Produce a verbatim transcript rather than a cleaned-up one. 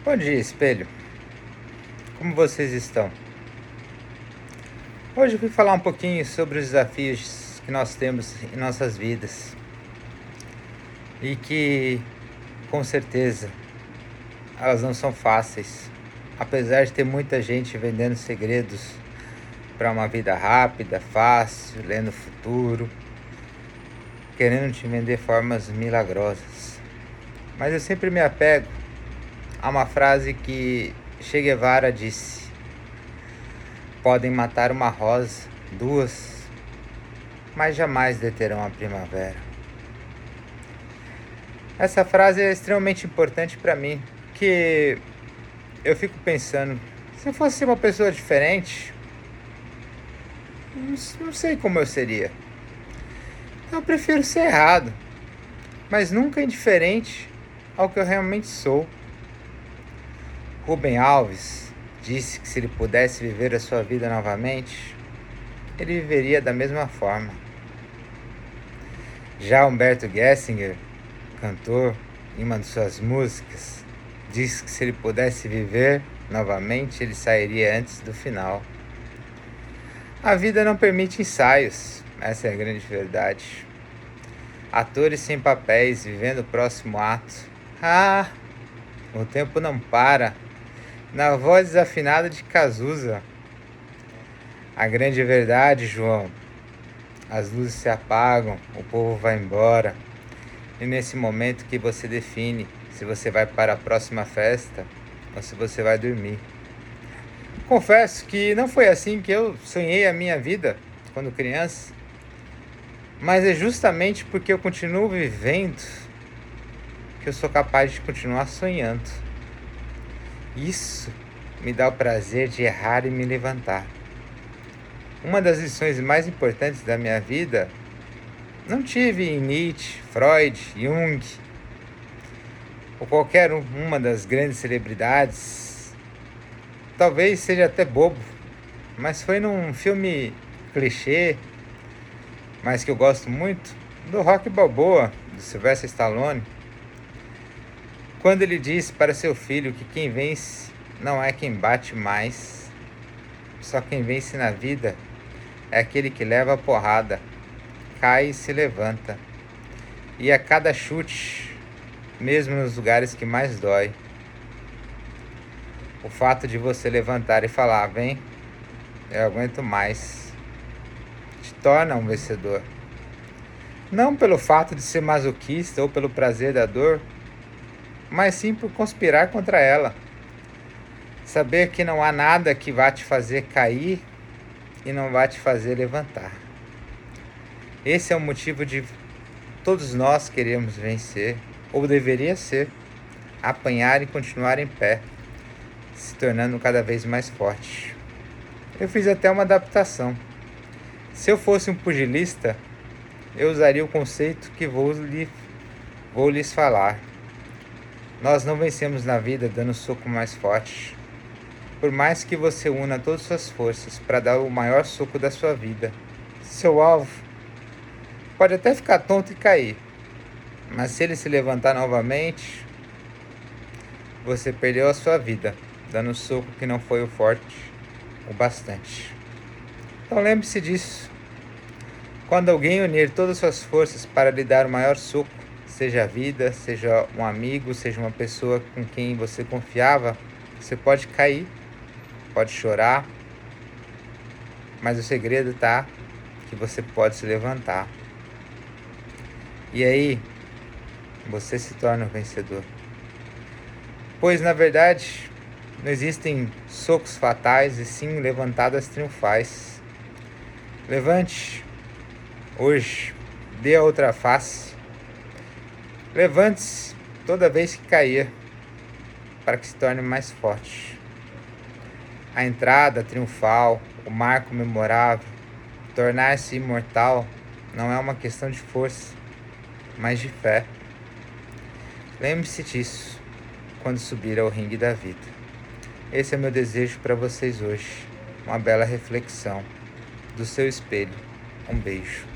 Bom dia, espelho. Como vocês estão? Hoje eu vim falar um pouquinho sobre os desafios que nós temos em nossas vidas e que, com certeza, elas não são fáceis. Apesar de ter muita gente vendendo segredos para uma vida rápida, fácil, lendo o futuro, querendo te vender formas milagrosas. Mas eu sempre me apego a uma frase que Che Guevara disse: podem matar uma rosa, duas, mas jamais deterão a primavera. Essa frase é extremamente importante para mim, porque eu fico pensando, se eu fosse uma pessoa diferente, não sei como eu seria. Eu prefiro ser errado, mas nunca indiferente ao que eu realmente sou. Rubem Alves disse que se ele pudesse viver a sua vida novamente, ele viveria da mesma forma. Já Humberto Gessinger, cantor, em uma de suas músicas, disse que se ele pudesse viver novamente, ele sairia antes do final. A vida não permite ensaios, essa é a grande verdade. Atores sem papéis, vivendo o próximo ato. Ah, o tempo não para. Na voz desafinada de Cazuza. A grande verdade, João. As luzes se apagam, o povo vai embora. E nesse momento que você define se você vai para a próxima festa ou se você vai dormir. Confesso que não foi assim que eu sonhei a minha vida quando criança. Mas é justamente porque eu continuo vivendo que eu sou capaz de continuar sonhando. Isso me dá o prazer de errar e me levantar. Uma das lições mais importantes da minha vida não tive em Nietzsche, Freud, Jung ou qualquer uma das grandes celebridades. Talvez seja até bobo, mas foi num filme clichê, mas que eu gosto muito, do Rocky Balboa, do Sylvester Stallone. Quando ele diz para seu filho que quem vence não é quem bate mais, só quem vence na vida é aquele que leva a porrada, cai e se levanta. E a cada chute, mesmo nos lugares que mais dói, o fato de você levantar e falar, vem, eu aguento mais, te torna um vencedor. Não pelo fato de ser masoquista ou pelo prazer da dor, mas sim por conspirar contra ela. Saber que não há nada que vá te fazer cair e não vá te fazer levantar. Esse é o motivo de todos nós queremos vencer, ou deveria ser, apanhar e continuar em pé, se tornando cada vez mais forte. Eu fiz até uma adaptação. Se eu fosse um pugilista, eu usaria o conceito que vou, lhe, vou lhes falar. Nós não vencemos na vida dando soco mais forte. Por mais que você una todas as suas forças para dar o maior soco da sua vida, seu alvo pode até ficar tonto e cair, mas se ele se levantar novamente, você perdeu a sua vida, dando um soco que não foi o forte o bastante. Então lembre-se disso. Quando alguém unir todas as suas forças para lhe dar o maior soco, seja a vida, seja um amigo, seja uma pessoa com quem você confiava, você pode cair, pode chorar, mas o segredo tá que você pode se levantar. E aí, você se torna um vencedor. Pois, na verdade, não existem socos fatais e sim levantadas triunfais. Levante hoje, dê a outra face. Levante-se toda vez que cair, para que se torne mais forte. A entrada triunfal, o marco memorável, tornar-se imortal, não é uma questão de força, mas de fé. Lembre-se disso quando subir ao ringue da vida. Esse é meu desejo para vocês hoje. Uma bela reflexão do seu espelho. Um beijo.